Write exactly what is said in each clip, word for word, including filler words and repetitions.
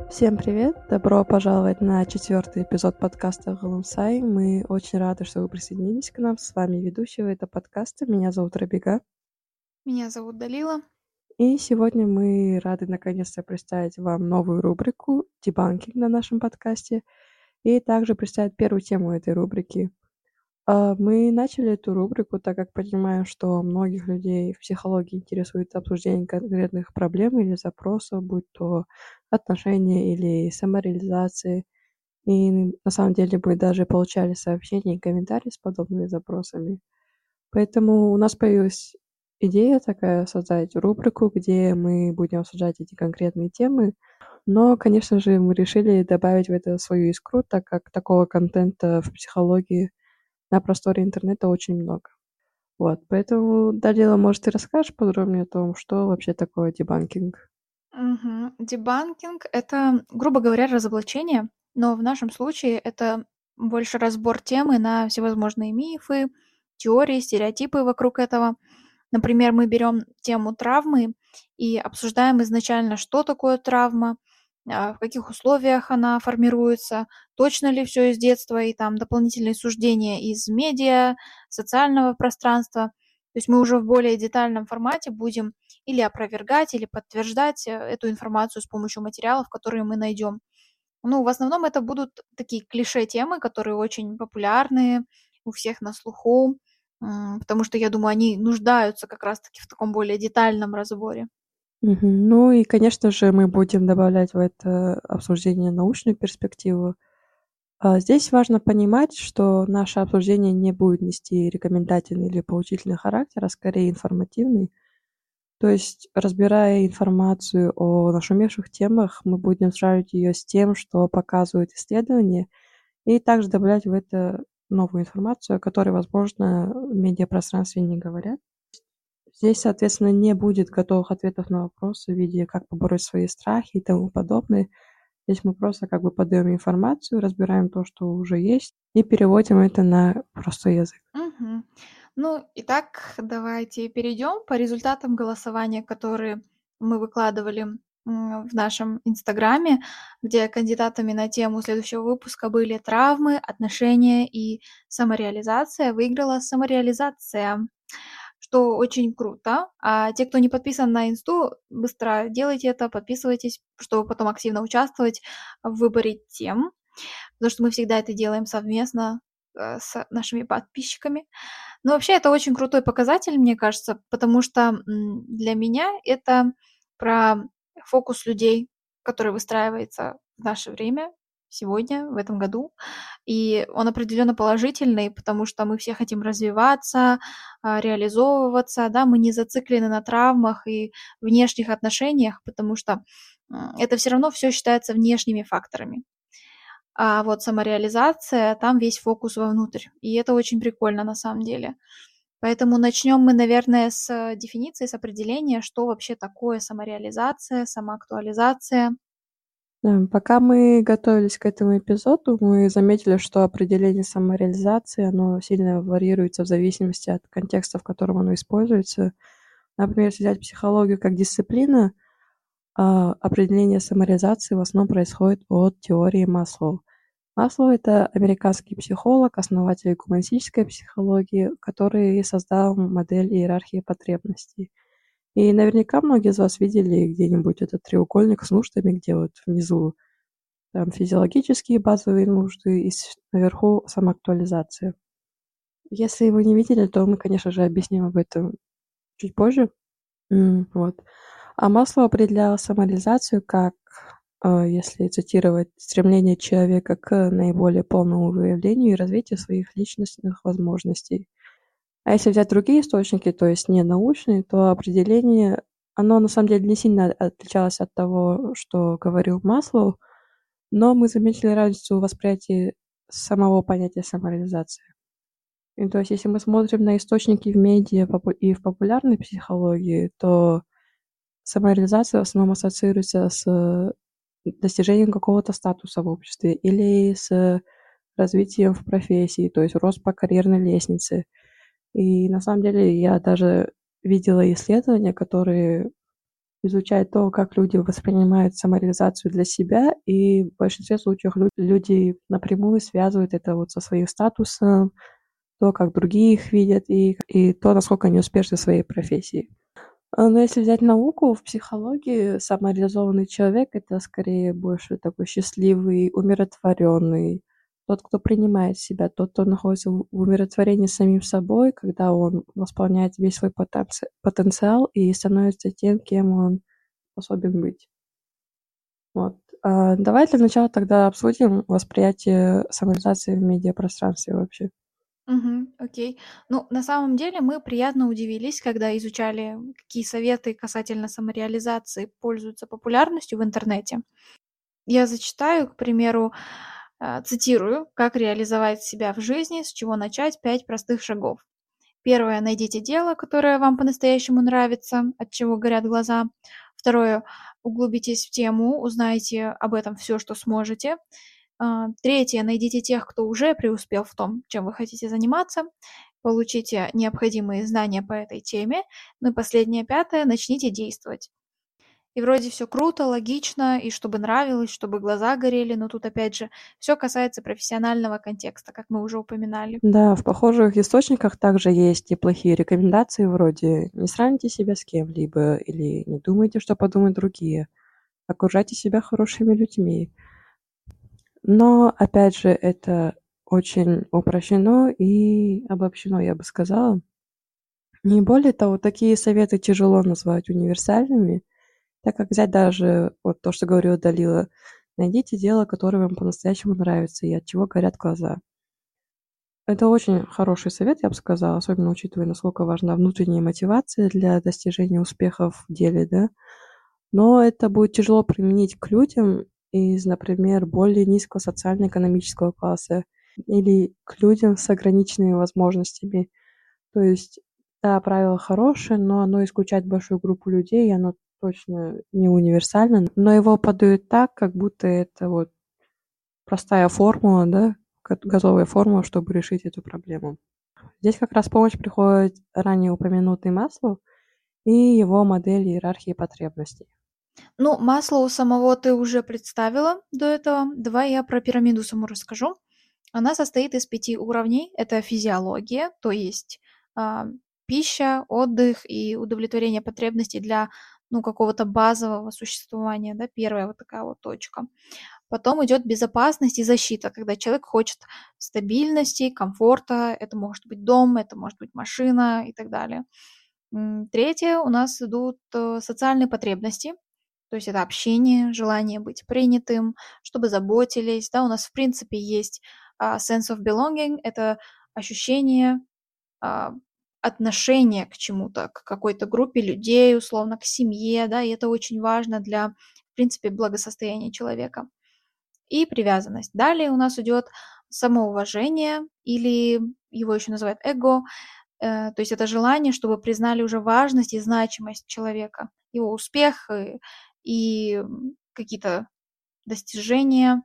Всем привет! Добро пожаловать на четвертый эпизод подкаста «Голумсай». Мы очень рады, что вы присоединились к нам. С вами ведущая этого подкаста. Меня зовут Рабига. Меня зовут Далила. И сегодня мы рады наконец-то представить вам новую рубрику «Дебанкинг» на нашем подкасте. И также представить первую тему этой рубрики. Мы начали эту рубрику, так как понимаем, что многих людей в психологии интересует обсуждение конкретных проблем или запросов, будь то отношения или самореализации. И на самом деле мы даже получали сообщения и комментарии с подобными запросами. Поэтому у нас появилась идея такая создать рубрику, где мы будем обсуждать эти конкретные темы. Но, конечно же, мы решили добавить в это свою искру, так как такого контента в психологии на просторе интернета очень много. Вот, поэтому, Далила, может, ты расскажешь подробнее о том, что вообще такое дебанкинг? Мгм. Дебанкинг — это, грубо говоря, разоблачение, но в нашем случае это больше разбор темы на всевозможные мифы, теории, стереотипы вокруг этого. Например, мы берем тему травмы и обсуждаем изначально, что такое травма, а, в каких условиях она формируется, точно ли все из детства, и там дополнительные суждения из медиа, социального пространства. То есть мы уже в более детальном формате будем или опровергать, или подтверждать э, эту информацию с помощью материалов, которые мы найдем. Ну, в основном это будут такие клише-темы, которые очень популярны, у всех на слуху, м, потому что, я думаю, они нуждаются как раз-таки в таком более детальном разборе. Мгм. Ну и, конечно же, мы будем добавлять в это обсуждение научную перспективу. А, Здесь важно понимать, что наше обсуждение не будет нести рекомендательный или поучительный характер, а скорее информативный. То есть, разбирая информацию о нашумевших темах, мы будем сравнивать ее с тем, что показывают исследования, и также добавлять в это новую информацию, о которой, возможно, в медиапространстве не говорят. Здесь, соответственно, не будет готовых ответов на вопросы в виде «как побороть свои страхи» и тому подобное. Здесь мы просто как бы подаем информацию, разбираем то, что уже есть, и переводим это на простой язык. Мгм. Ну, итак, давайте перейдем по результатам голосования, которые мы выкладывали м, в нашем инстаграме, где кандидатами на тему следующего выпуска были травмы, отношения и самореализация. Выиграла самореализация, что очень круто. А те, кто не подписан на инсту, быстро делайте это, подписывайтесь, чтобы потом активно участвовать в выборе тем, потому что мы всегда это делаем совместно э, с нашими подписчиками. Но вообще это очень крутой показатель, мне кажется, потому что м, для меня это про фокус людей, который выстраивается в наше время, сегодня, в этом году. И он определенно положительный, потому что мы все хотим развиваться, а, реализовываться, да, мы не зациклены на травмах и внешних отношениях, потому что м, это все равно все считается внешними факторами. А вот самореализация, там весь фокус вовнутрь. И это очень прикольно на самом деле. Поэтому начнем мы, наверное, с э, дефиниции, с определения, что вообще такое самореализация, самоактуализация. Да, пока мы готовились к этому эпизоду, мы заметили, что определение самореализации, оно сильно варьируется в зависимости от контекста, в котором оно используется. Например, если взять психологию как дисциплина, а, определение самореализации в основном происходит от теории Маслоу. Маслоу — это американский психолог, основатель гуманистической психологии, который создал модель иерархии потребностей. И наверняка многие из вас видели где-нибудь этот треугольник с нуждами, где вот внизу там физиологические базовые нужды и с- наверху самоактуализация. Если вы не видели, то мы, конечно же, объясним об этом чуть позже. М, Вот. А Маслоу определял самореализацию как, э, если цитировать, стремление человека к наиболее полному выявлению и развитию своих личностных возможностей. А если взять другие источники, то есть не научные, то определение, оно на самом деле не сильно отличалось от того, что говорил Маслоу, но мы заметили разницу в восприятии самого понятия самореализации. И то есть если мы смотрим на источники в медиа попу- и в популярной психологии, то самореализация в основном ассоциируется с достижением какого-то статуса в обществе или с развитием в профессии, то есть рост по карьерной лестнице. И на самом деле я даже видела исследования, которые изучать то, как люди воспринимают самореализацию для себя, и в большинстве случаев лю- люди напрямую связывают это вот со своим статусом, то, как другие их видят, и, и то, насколько они успешны в своей профессии. А, Но если взять науку, в психологии самореализованный человек — это скорее больше такой счастливый, умиротворенный, тот, кто принимает себя, тот, кто находится в в умиротворении с самим собой, когда он восполняет весь свой потенци- потенциал и становится тем, кем он способен быть. Вот. А, давай для начала тогда обсудим восприятие самореализации в медиапространстве вообще. Мгм. Окей. Ну, на самом деле мы приятно удивились, когда изучали, какие советы касательно самореализации пользуются популярностью в интернете. Я зачитаю, к примеру, а, цитирую: "Как реализовать себя в жизни, с чего начать, пять простых шагов". Первое: найдите дело, которое вам по-настоящему нравится, от чего горят глаза. Второе: углубитесь в тему, узнайте об этом все, что сможете. А, Третье: найдите тех, кто уже преуспел в том, чем вы хотите заниматься. Получите необходимые знания по этой теме. Ну и последнее, пятое: начните действовать. И вроде все круто, логично, и чтобы нравилось, чтобы глаза горели, но тут опять же все касается профессионального контекста, как мы уже упоминали. Да, в похожих источниках также есть и плохие рекомендации вроде «не сравните себя с кем-либо» или «не думайте, что подумают другие», «окружайте себя хорошими людьми». Но, опять же, это очень упрощено и обобщено, я бы сказала. И более того, такие советы тяжело назвать универсальными, так как взять даже вот то, что говорила Далила, найдите дело, которое вам по-настоящему нравится и от чего горят глаза. Это очень хороший совет, я бы сказала, особенно учитывая, насколько важна внутренняя мотивация для достижения успехов в деле, да. Но это будет тяжело применить к людям из, например, более низкого социально-экономического класса или к людям с ограниченными возможностями. То есть, да, правило хорошее, но оно исключает большую группу людей, и оно точно не универсально, но его подают так, как будто это вот простая формула, да, гот- готовая формула, чтобы решить эту проблему. Здесь как раз помощь приходит ранее упомянутый Маслоу и его модель иерархии потребностей. Ну, масло у самого ты уже представила до этого. Давай я про пирамиду саму расскажу. Она состоит из пяти уровней. Это физиология, то есть а, пища, отдых и удовлетворение потребностей для ну, какого-то базового существования, да, первая вот такая вот точка. Потом идет безопасность и защита, когда человек хочет стабильности, комфорта. Это может быть дом, это может быть машина и так далее. М, Третье, у нас идут э, социальные потребности, то есть это общение, желание быть принятым, чтобы заботились. Да, у нас в принципе есть а, sense of belonging, это ощущение а, отношения к чему-то, к какой-то группе людей, условно, к семье, да, и это очень важно для, в принципе, благосостояния человека. И привязанность. Далее у нас идет самоуважение, или его еще называют эго, э, то есть это желание, чтобы признали уже важность и значимость человека, его успех э, и м, какие-то достижения.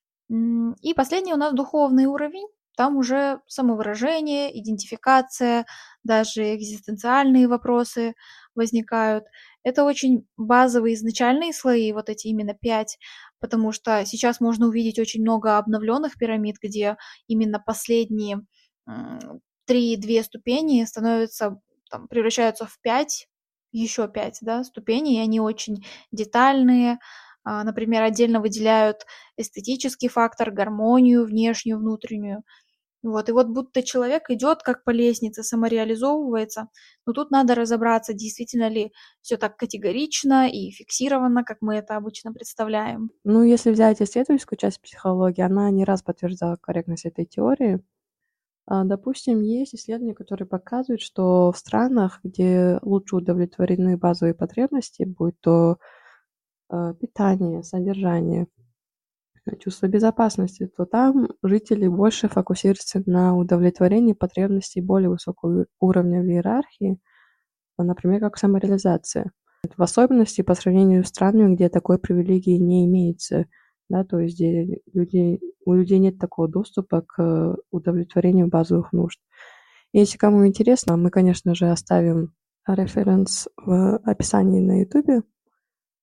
М, И последний у нас духовный уровень. Там уже самовыражение, идентификация, даже экзистенциальные вопросы возникают. Это очень базовые изначальные слои, вот эти именно пять, потому что сейчас можно увидеть очень много обновленных пирамид, где именно последние м, три-две ступени становятся, там, превращаются в пять, еще пять, да, ступеней, и они очень детальные. А, Например, отдельно выделяют эстетический фактор, гармонию внешнюю, внутреннюю. Вот, и вот будто человек идет как по лестнице, самореализовывается, но тут надо разобраться, действительно ли все так категорично и фиксировано, как мы это обычно представляем. Ну, если взять исследовательскую часть психологии, она не раз подтверждала корректность этой теории. А, Допустим, есть исследования, которые показывают, что в странах, где лучше удовлетворены базовые потребности, будь то э, питание, содержание, э, чувство безопасности, то там жители больше фокусируются на удовлетворении потребностей более высокого уровня в иерархии, а, например, как самореализация. В особенности по сравнению с странами, где такой привилегии не имеется, да, то есть где люди, у людей нет такого доступа к удовлетворению базовых нужд. Если кому интересно, мы, конечно же, оставим референс в описании на YouTube.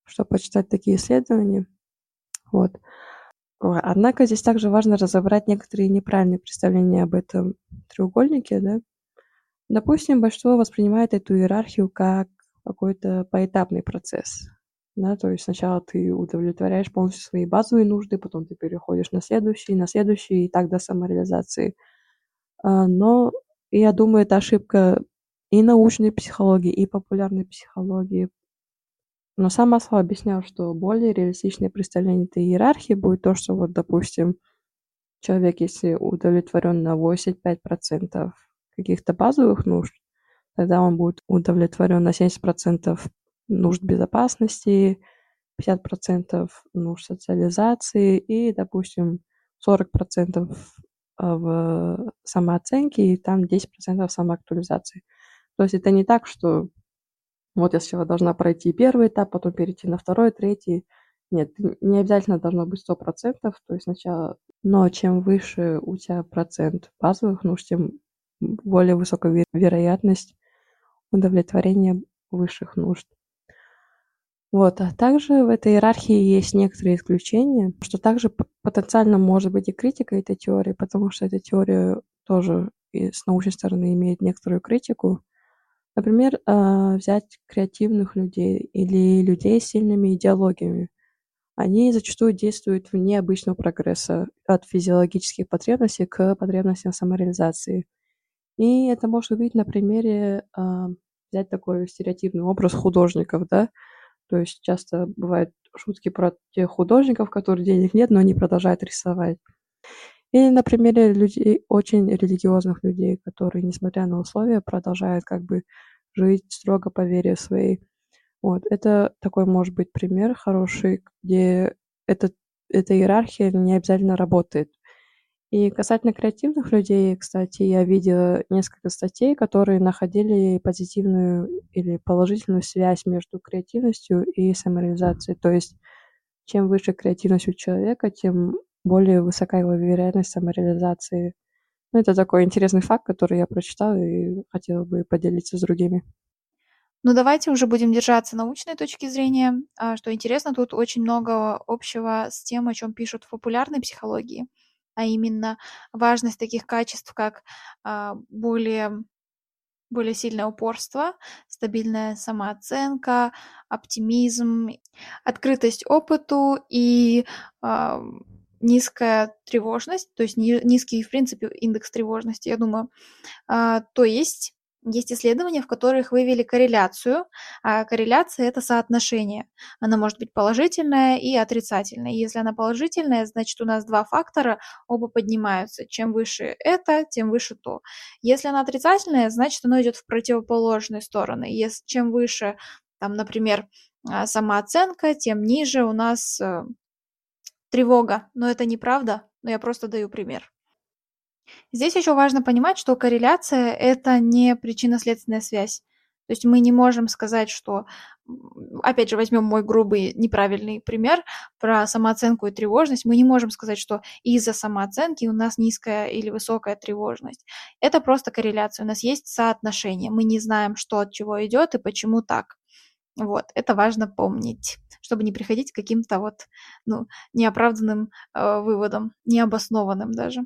чтобы почитать такие исследования. Вот. Однако здесь также важно разобрать некоторые неправильные представления об этом треугольнике, да. Допустим, большинство воспринимает эту иерархию как какой-то поэтапный процесс, да, то есть сначала ты удовлетворяешь полностью свои базовые нужды, потом ты переходишь на следующий, на следующий, и так до самореализации. А, но я думаю, это ошибка и научной психологии, и популярной психологии. Но сам Маслоу объяснял, что более реалистичное представление этой иерархии будет то, что вот, допустим, человек, если удовлетворен на восемьдесят пять процентов каких-то базовых нужд, тогда он будет удовлетворен на семьдесят процентов нужд безопасности, пятьдесят процентов нужд социализации и, допустим, сорок процентов в самооценке и там десять процентов самоактуализации. То есть это не так, что вот я сначала должна пройти первый этап, потом перейти на второй, третий. Нет, не обязательно должно быть сто процентов, то есть сначала... Но чем выше у тебя процент базовых нужд, тем более высокая вероятность удовлетворения высших нужд. Вот. А также в этой иерархии есть некоторые исключения, что также потенциально может быть и критика этой теории, потому что эта теория тоже и с научной стороны имеет некоторую критику. Например, взять креативных людей или людей с сильными идеологиями. Они зачастую действуют вне обычного прогресса, от физиологических потребностей к потребностям самореализации. И это можно увидеть на примере, взять такой стереотипный образ художников, да. То есть часто бывают шутки про тех художников, у которых денег нет, но они продолжают рисовать. Или на примере людей, очень религиозных людей, которые, несмотря на условия, продолжают как бы жить строго по вере своей. Вот. Это такой может быть пример хороший, где этот, эта иерархия не обязательно работает. И касательно креативных людей, кстати, я видела несколько статей, которые находили позитивную или положительную связь между креативностью и самореализацией. То есть чем выше креативность у человека, тем более высока его вероятность самореализации. Ну, это такой интересный факт, который я прочитала и хотела бы поделиться с другими. Ну, давайте уже будем держаться научной точки зрения. А, что интересно, тут очень много общего с тем, о чем пишут в популярной психологии, а именно важность таких качеств, как а, более, более сильное упорство, стабильная самооценка, оптимизм, открытость опыту и а, низкая тревожность, то есть ни, низкий, в принципе, индекс тревожности, я думаю. А, то есть есть исследования, в которых вывели корреляцию. А корреляция – это соотношение. Она может быть положительная и отрицательная. Если она положительная, значит, у нас два фактора, оба поднимаются. Чем выше это, тем выше то. Если она отрицательная, значит, оно идет в противоположные стороны. Если, чем выше, там, например, а, самооценка, тем ниже у нас э, тревога. Но это неправда, но я просто даю пример. Здесь еще важно понимать, что корреляция – это не причинно-следственная связь. То есть мы не можем сказать, что, опять же, возьмем мой грубый неправильный пример про самооценку и тревожность. Мы не можем сказать, что из-за самооценки у нас низкая или высокая тревожность. Это просто корреляция. У нас есть соотношение. Мы не знаем, что от чего идет и почему так. Вот, это важно помнить, чтобы не приходить к каким-то вот, ну, неоправданным э, выводам, необоснованным даже.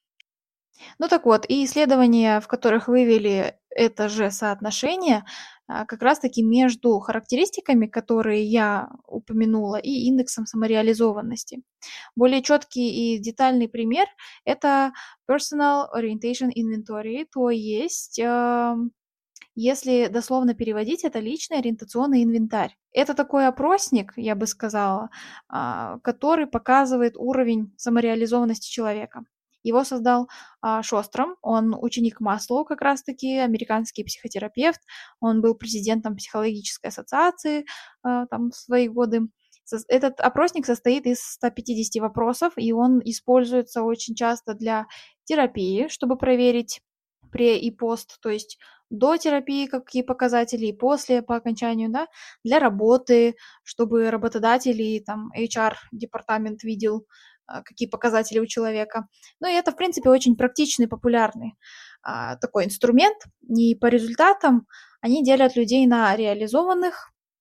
Ну так вот, и исследования, в которых вывели это же соотношение, а, как раз-таки между характеристиками, которые я упомянула, и индексом самореализованности. Более четкий и детальный пример – это Personal Orientation Inventory, то есть, эм, если дословно переводить, это личный ориентационный инвентарь. Это такой опросник, я бы сказала, а, который показывает уровень самореализованности человека. Его создал а, Шостром, он ученик Маслоу как раз-таки, американский психотерапевт, он был президентом психологической ассоциации а, там в свои годы. Этот опросник состоит из ста пятидесяти вопросов, и он используется очень часто для терапии, чтобы проверить пре и пост, то есть до терапии какие показатели и после по окончанию, да, для работы, чтобы работодатель и там эйч ар-департамент видел, а, какие показатели у человека. Ну и это, в принципе, очень практичный, популярный а, такой инструмент. И по результатам они делят людей на реализованных,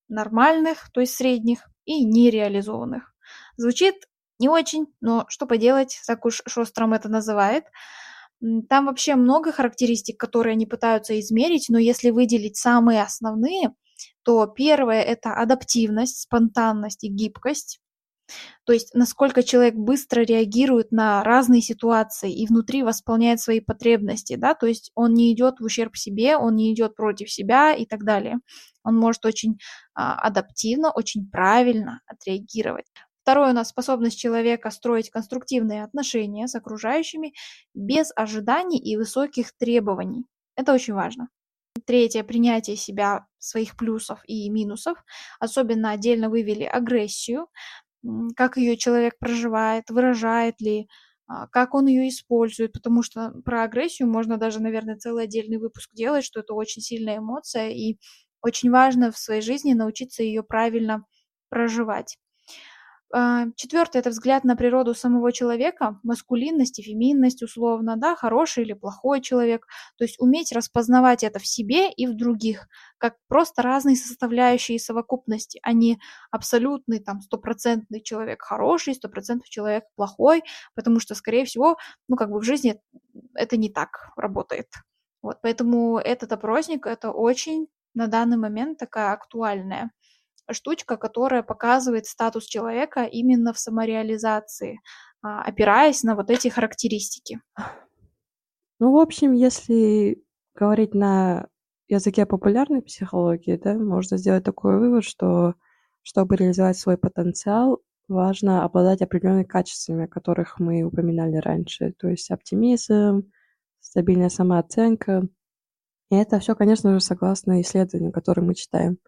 нормальных, то есть средних, и нереализованных. Звучит не очень, но что поделать, так уж Шостром это называет. М, Там вообще много характеристик, которые они пытаются измерить, но если выделить самые основные, то первое– это адаптивность, спонтанность и гибкость. То есть насколько человек быстро реагирует на разные ситуации и внутри восполняет свои потребности, да, то есть он не идет в ущерб себе, он не идет против себя и так далее. Он может очень а, адаптивно, очень правильно отреагировать. Второе у нас способность человека строить конструктивные отношения с окружающими без ожиданий и высоких требований. Это очень важно. Третье– принятие себя, своих плюсов и минусов. Особенно отдельно вывели агрессию, м, как ее человек проживает, выражает ли, а, как он ее использует, потому что про агрессию можно даже, наверное, целый отдельный выпуск делать, что это очень сильная эмоция, и очень важно в своей жизни научиться ее правильно проживать. А, четвёртое- это взгляд на природу самого человека, маскулинность и феминность условно, да, хороший или плохой человек. То есть уметь распознавать это в себе и в других, как просто разные составляющие совокупности, а не абсолютный там стопроцентный человек хороший, стопроцентный человек плохой, потому что, скорее всего, ну, как бы в жизни это не так работает. Вот, поэтому этот опросник- это очень на данный момент такая актуальная штучка, которая показывает статус человека именно в самореализации, а, опираясь на вот эти характеристики. Ну, в общем, если говорить на языке популярной психологии, да, можно сделать такой вывод, что чтобы реализовать свой потенциал, важно обладать определенными качествами, о которых мы упоминали раньше, то есть оптимизм, стабильная самооценка. И это все, конечно же, согласно исследованиям, которые мы читаем.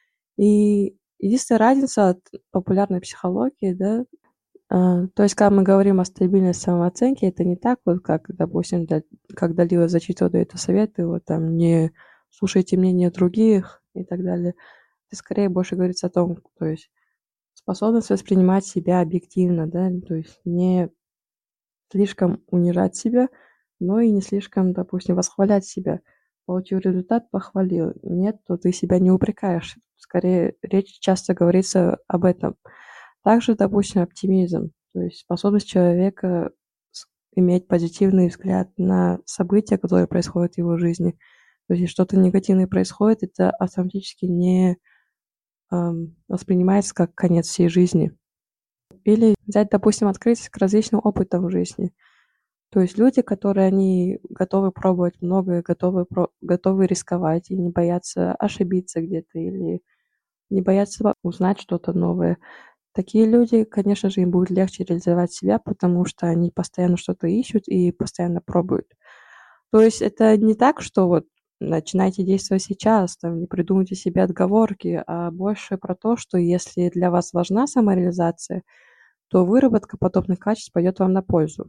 И единственная разница от популярной психологии, да, а, то есть, когда мы говорим о стабильной самооценке, это не так вот, как, допустим, да, как Далила зачитывала это советы, вот там не слушайте мнение других и так далее. Это скорее больше говорится о том, то есть способность воспринимать себя объективно, да, то есть не слишком унижать себя, но и не слишком, допустим, восхвалять себя. Получил результат, похвалил. Нет, то ты себя не упрекаешь. Скорее, речь часто говорится об этом. Также, допустим, оптимизм, то есть способность человека с- иметь позитивный взгляд на события, которые происходят в его жизни. То есть, если что-то негативное происходит, это автоматически не ам, воспринимается как конец всей жизни. Или взять, допустим, открытость к различным опытам в жизни. То есть люди, которые они готовы пробовать многое, готовы, про- готовы рисковать и не боятся ошибиться где-то или не боятся узнать что-то новое. Такие люди, конечно же, им будет легче реализовать себя, потому что они постоянно что-то ищут и постоянно пробуют. То есть это не так, что вот начинайте действовать сейчас, там, не придумывайте себе отговорки, а больше про то, что если для вас важна самореализация, то выработка подобных качеств пойдет вам на пользу.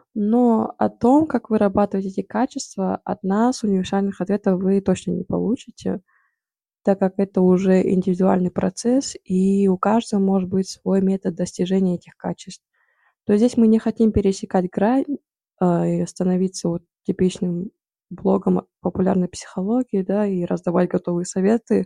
Но о том, как вырабатывать эти качества, от нас универсальных ответов вы точно не получите, так как это уже индивидуальный процесс, и у каждого может быть свой метод достижения этих качеств. То есть здесь мы не хотим пересекать грань а, и становиться вот типичным блогом популярной психологии, да, и раздавать готовые советы,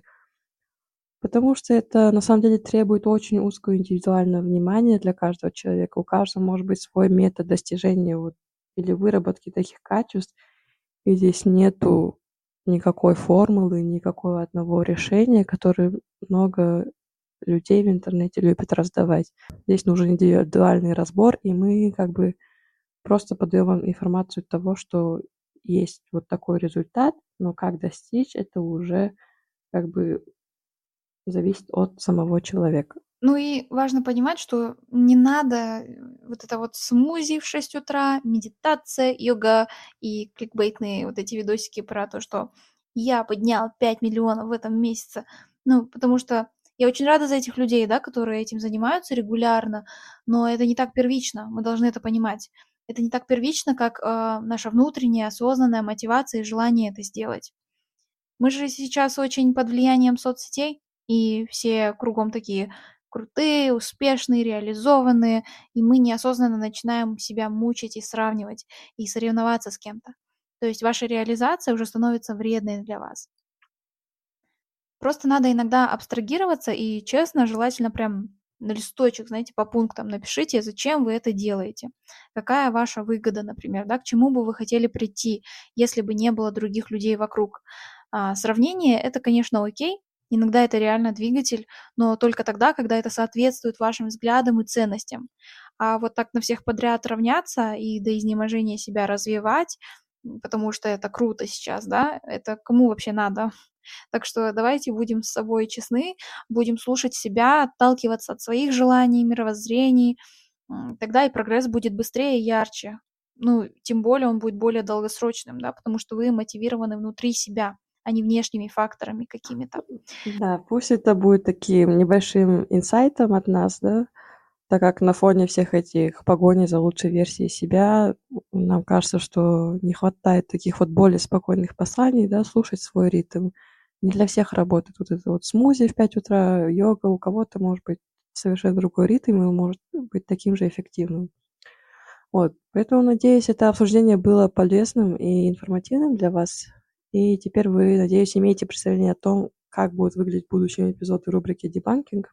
потому что это на самом деле требует очень узкого индивидуального внимания для каждого человека. У каждого может быть свой метод достижения вот, или выработки таких качеств, и здесь нету никакой формулы, никакого одного решения, которое много людей в интернете любят раздавать. Здесь нужен индивидуальный разбор, и мы как бы просто подаем вам информацию того, что есть вот такой результат, но как достичь, это уже как бы зависит от самого человека. Ну и важно понимать, что не надо э, вот это вот смузи в шесть утра, медитация, йога и кликбейтные вот эти видосики про то, что я поднял пять миллионов в этом месяце. Ну, потому что я очень рада за этих людей, да, которые этим занимаются регулярно, но это не так первично, мы должны это понимать. Это не так первично, как э, наша внутренняя осознанная мотивация и желание это сделать. Мы же сейчас очень под влиянием соцсетей, и все кругом такие крутые, успешные, реализованные, и мы неосознанно начинаем себя мучить и сравнивать, и соревноваться с кем-то. То есть ваша реализация уже становится вредной для вас. Просто надо иногда абстрагироваться и честно, желательно прям на листочек, знаете, по пунктам напишите, зачем вы это делаете, какая ваша выгода, например, да, к чему бы вы хотели прийти, если бы не было других людей вокруг. А, сравнение- это, конечно, окей, иногда это реально двигатель, но только тогда, когда это соответствует вашим взглядам и ценностям. А вот так на всех подряд равняться и до изнеможения себя развивать, м, потому что это круто сейчас, да, это кому вообще надо? Так что давайте будем с собой честны, будем слушать себя, отталкиваться от своих желаний, мировоззрений. М, тогда и прогресс будет быстрее и ярче. Ну, тем более он будет более долгосрочным, да, потому что вы мотивированы внутри себя, а не внешними факторами какими-то. Да, пусть это будет таким небольшим инсайтом от нас, да, так как на фоне всех этих погони за лучшей версией себя нам кажется, что не хватает таких вот более спокойных посланий, да, слушать свой ритм. Не для всех работает вот это вот смузи в пять утра, йога, у кого-то может быть совершенно другой ритм, и он может быть таким же эффективным. Вот, поэтому, надеюсь, это обсуждение было полезным и информативным для вас. И теперь вы, надеюсь, имеете представление о том, как будет выглядеть будущий эпизод рубрики «Дебанкинг».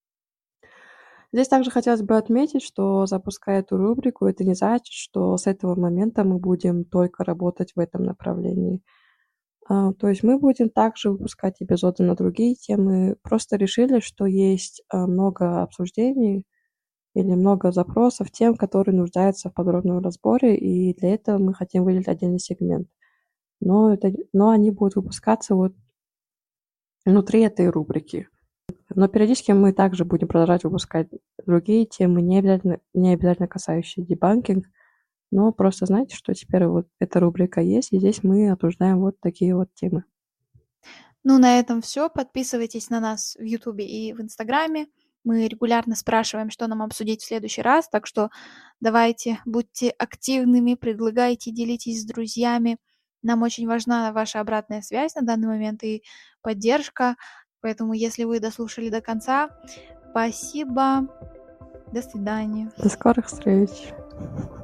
Здесь также хотелось бы отметить, что, запуская эту рубрику, это не значит, что с этого момента мы будем только работать в этом направлении. А, то есть мы будем также выпускать эпизоды на другие темы. Просто решили, что есть а, много обсуждений или много запросов тем, которые нуждаются в подробном разборе, и для этого мы хотим выделить отдельный сегмент. Но, это, но они будут выпускаться вот внутри этой рубрики. Но периодически мы также будем продолжать выпускать другие темы, не обязательно, не обязательно касающиеся дебанкинг, но просто знайте, что теперь вот эта рубрика есть, и здесь мы обсуждаем вот такие вот темы. Ну, на этом все. Подписывайтесь на нас в Ютубе и в Инстаграме. Мы регулярно спрашиваем, что нам обсудить в следующий раз, так что давайте, будьте активными, предлагайте, делитесь с друзьями. Нам очень важна ваша обратная связь на данный момент и поддержка. Поэтому, если вы дослушали до конца, спасибо. До свидания. До скорых встреч!